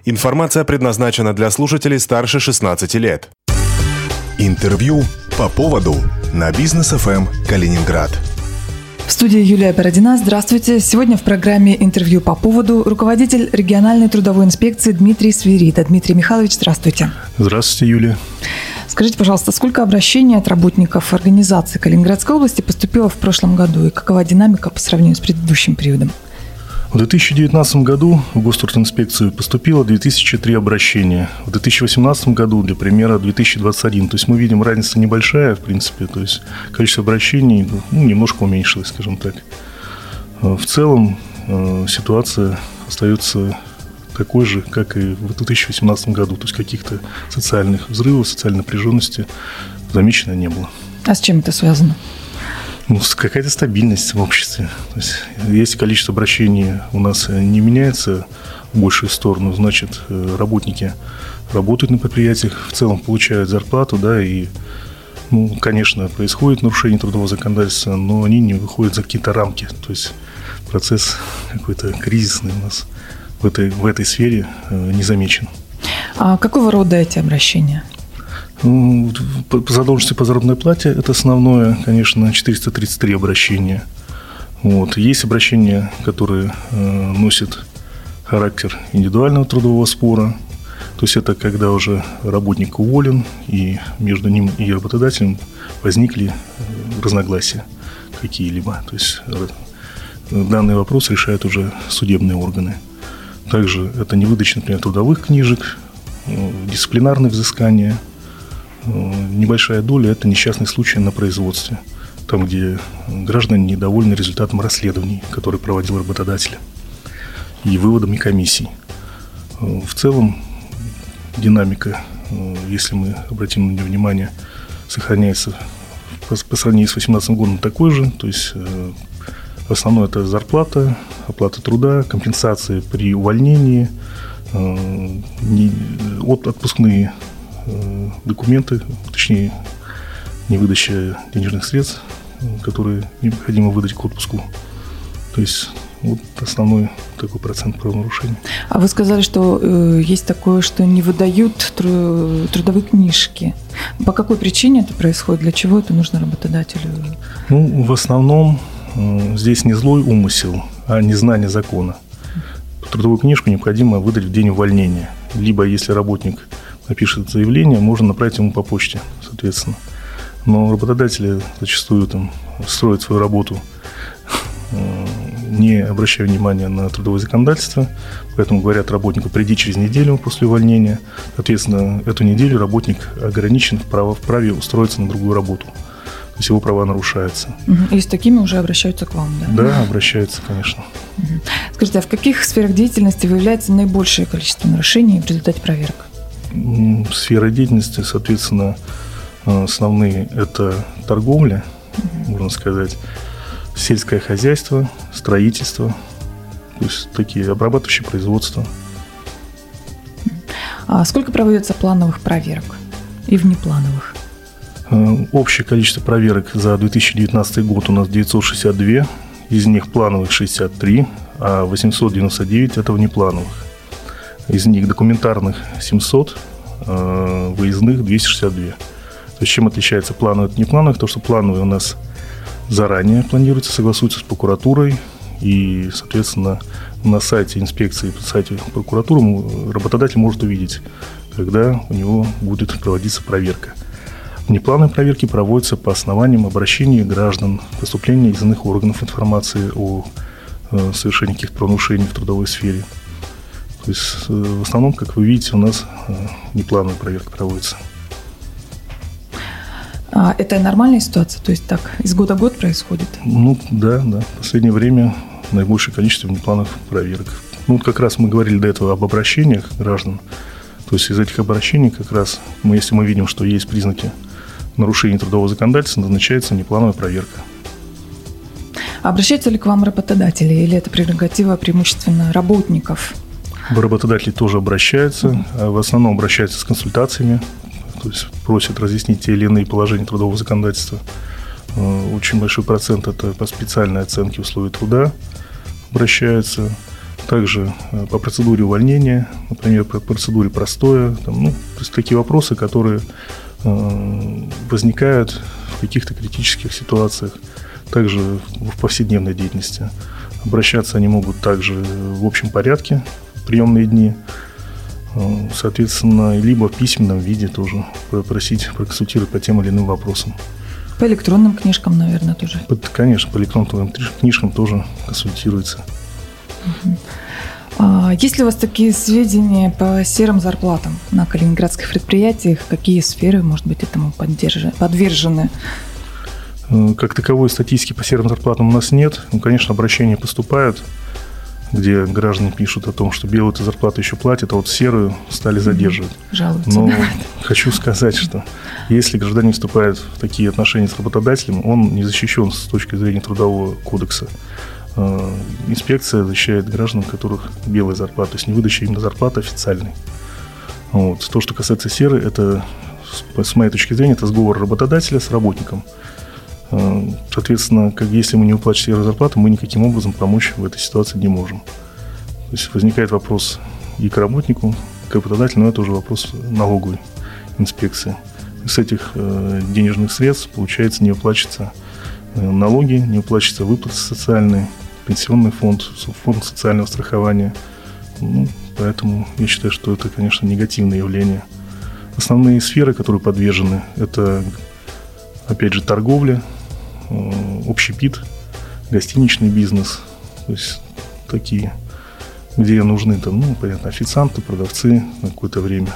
Информация предназначена для слушателей старше 16 лет. Интервью по поводу на Бизнес ФМ Калининград. В студии Юлия Бородина. Здравствуйте. Сегодня в программе «Интервью по поводу» руководитель региональной трудовой инспекции Дмитрий Свирида. Дмитрий Михайлович, здравствуйте. Здравствуйте, Юлия. Скажите, пожалуйста, сколько обращений от работников организации Калининградской области поступило в прошлом году и какова динамика по сравнению с предыдущим периодом? В 2019 году в Гострудинспекцию поступило 2003 обращения. В 2018 году, для примера, 2021. То есть мы видим, разница небольшая, в принципе. То есть количество обращений немножко уменьшилось, скажем так. В целом ситуация остается такой же, как и в 2018 году. То есть каких-то социальных взрывов, социальной напряженности замечено не было. А с чем это связано? Какая-то стабильность в обществе. То есть, если количество обращений у нас не меняется в большую сторону, значит, работники работают на предприятиях, в целом получают зарплату, да, и, конечно, происходит нарушение трудового законодательства, но они не выходят за какие-то рамки. То есть процесс какой-то кризисный у нас в этой сфере не замечен. А какого рода эти обращения? По задолженности по заработной плате это основное, конечно, 433 обращения. Есть обращения, которые носят характер индивидуального трудового спора. То есть это когда уже работник уволен, и между ним и работодателем возникли разногласия какие-либо. То есть данный вопрос решают уже судебные органы. Также это невыдача, например, трудовых книжек, дисциплинарные взыскания. Небольшая доля – это несчастные случаи на производстве, там, где граждане недовольны результатом расследований, которые проводил работодатель, и выводами комиссий. В целом динамика, если мы обратим на нее внимание, сохраняется по сравнению с 2018 годом такой же. То есть основное – это зарплата, оплата труда, компенсации при увольнении, отпускные документы, точнее, невыдача денежных средств, которые необходимо выдать к отпуску. То есть основной такой процент правонарушений. А вы сказали, что есть такое, что не выдают трудовые книжки. По какой причине это происходит? Для чего это нужно работодателю? В основном здесь не злой умысел, а незнание закона. Трудовую книжку необходимо выдать в день увольнения. Либо, если работник напишет заявление, можно направить ему по почте, соответственно. Но работодатели зачастую строят свою работу, не обращая внимания на трудовое законодательство, поэтому говорят работнику: приди через неделю после увольнения. Соответственно, эту неделю работник ограничен в праве устроиться на другую работу. То есть его права нарушаются. И с такими уже обращаются к вам, да? Да, обращаются, конечно. Скажите, а в каких сферах деятельности выявляется наибольшее количество нарушений в результате проверок? Сфера деятельности, соответственно, основные – это торговля, можно сказать, сельское хозяйство, строительство, то есть такие обрабатывающие производства. А сколько проводится плановых проверок и внеплановых? Общее количество проверок за 2019 год у нас 962, из них плановых 63, а 899 – это внеплановых. Из них документарных 700, выездных 262. То есть чем отличается плановый от неплановых? То, что плановые у нас заранее планируется, согласуется с прокуратурой. И, соответственно, на сайте инспекции, на сайте прокуратуры работодатель может увидеть, когда у него будет проводиться проверка. Внеплановые проверки проводятся по основаниям обращений граждан, поступления из иных органов информации о совершении каких-то правонарушений в трудовой сфере. То есть, в основном, как вы видите, у нас неплановая проверка проводится. А это нормальная ситуация? То есть так из года в год происходит? Да. В последнее время наибольшее количество неплановых проверок. Как раз мы говорили до этого об обращениях граждан. То есть из этих обращений как раз, если мы видим, что есть признаки нарушения трудового законодательства, назначается неплановая проверка. Обращаются ли к вам работодатели или это прерогатива преимущественно работников? Работодатели тоже обращаются, в основном обращаются с консультациями, то есть просят разъяснить те или иные положения трудового законодательства. Очень большой процент – это по специальной оценке условий труда обращаются. Также по процедуре увольнения, например, по процедуре простоя. То есть такие вопросы, которые возникают в каких-то критических ситуациях, также в повседневной деятельности. Обращаться они могут также в общем порядке в приемные дни, соответственно, либо в письменном виде тоже просить проконсультировать по тем или иным вопросам. По электронным книжкам, наверное, тоже? Конечно, по электронным книжкам тоже консультируется. Есть ли у вас такие сведения по серым зарплатам на калининградских предприятиях? Какие сферы, может быть, этому подвержены? Как таковой статистики по серым зарплатам у нас нет. Конечно, обращения поступают, где граждане пишут о том, что белую зарплату еще платят, а вот серую стали задерживать. Жалуются. Но хочу сказать, что если гражданин вступает в такие отношения с работодателем, он не защищен с точки зрения Трудового кодекса. Инспекция защищает граждан, у которых белая зарплата, то есть не выдача именно зарплаты официальной. То, что касается серой, это, с моей точки зрения, это сговор работодателя с работником. Соответственно, если мы не уплачиваем серую зарплату, мы никаким образом помочь в этой ситуации не можем. То есть возникает вопрос и к работнику, и к работодателю, но это уже вопрос налоговой инспекции. С этих денежных средств, получается, не уплачиваются налоги, не уплачиваются выплаты социальные, пенсионный фонд, фонд социального страхования. Поэтому я считаю, что это, конечно, негативное явление. Основные сферы, которые подвержены, это, опять же, торговля, общепит, гостиничный бизнес. То есть такие, где нужны понятно, официанты, продавцы на какое-то время.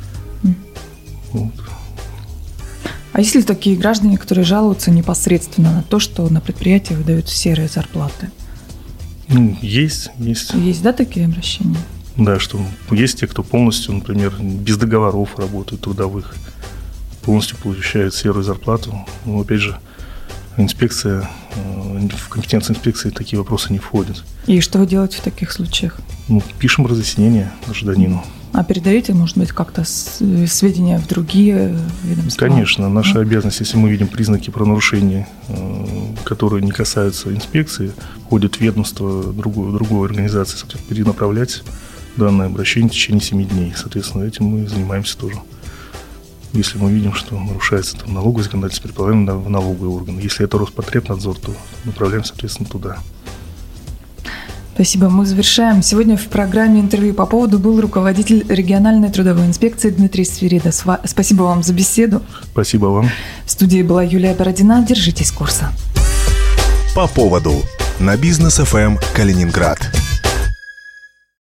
А есть ли такие граждане, которые жалуются непосредственно на то, что на предприятии выдают серые зарплаты? Есть. Есть, да, такие обращения? Да, что есть те, кто полностью, например, без договоров работают трудовых, полностью получают серую зарплату. Но, опять же, инспекция, в компетенцию инспекции такие вопросы не входят. И что вы делаете в таких случаях? Пишем разъяснение гражданину. А передаете, может быть, как-то сведения в другие ведомства? Конечно, наша обязанность, если мы видим признаки правонарушения, которые не касаются инспекции, входят в ведомство другой организации, соответственно, перенаправлять данное обращение в течение 7 дней. Соответственно, этим мы занимаемся тоже. Если мы видим, что нарушается налоговое законодательство, переправляем в налоговый орган. Если это Роспотребнадзор, то направляем, соответственно, туда. Спасибо. Мы завершаем. Сегодня в программе «Интервью по поводу» был руководитель региональной трудовой инспекции Дмитрий Свирида. Спасибо вам за беседу. Спасибо вам. В студии была Юлия Бородина. Держитесь курса. По поводу на Бизнес ФМ Калининград.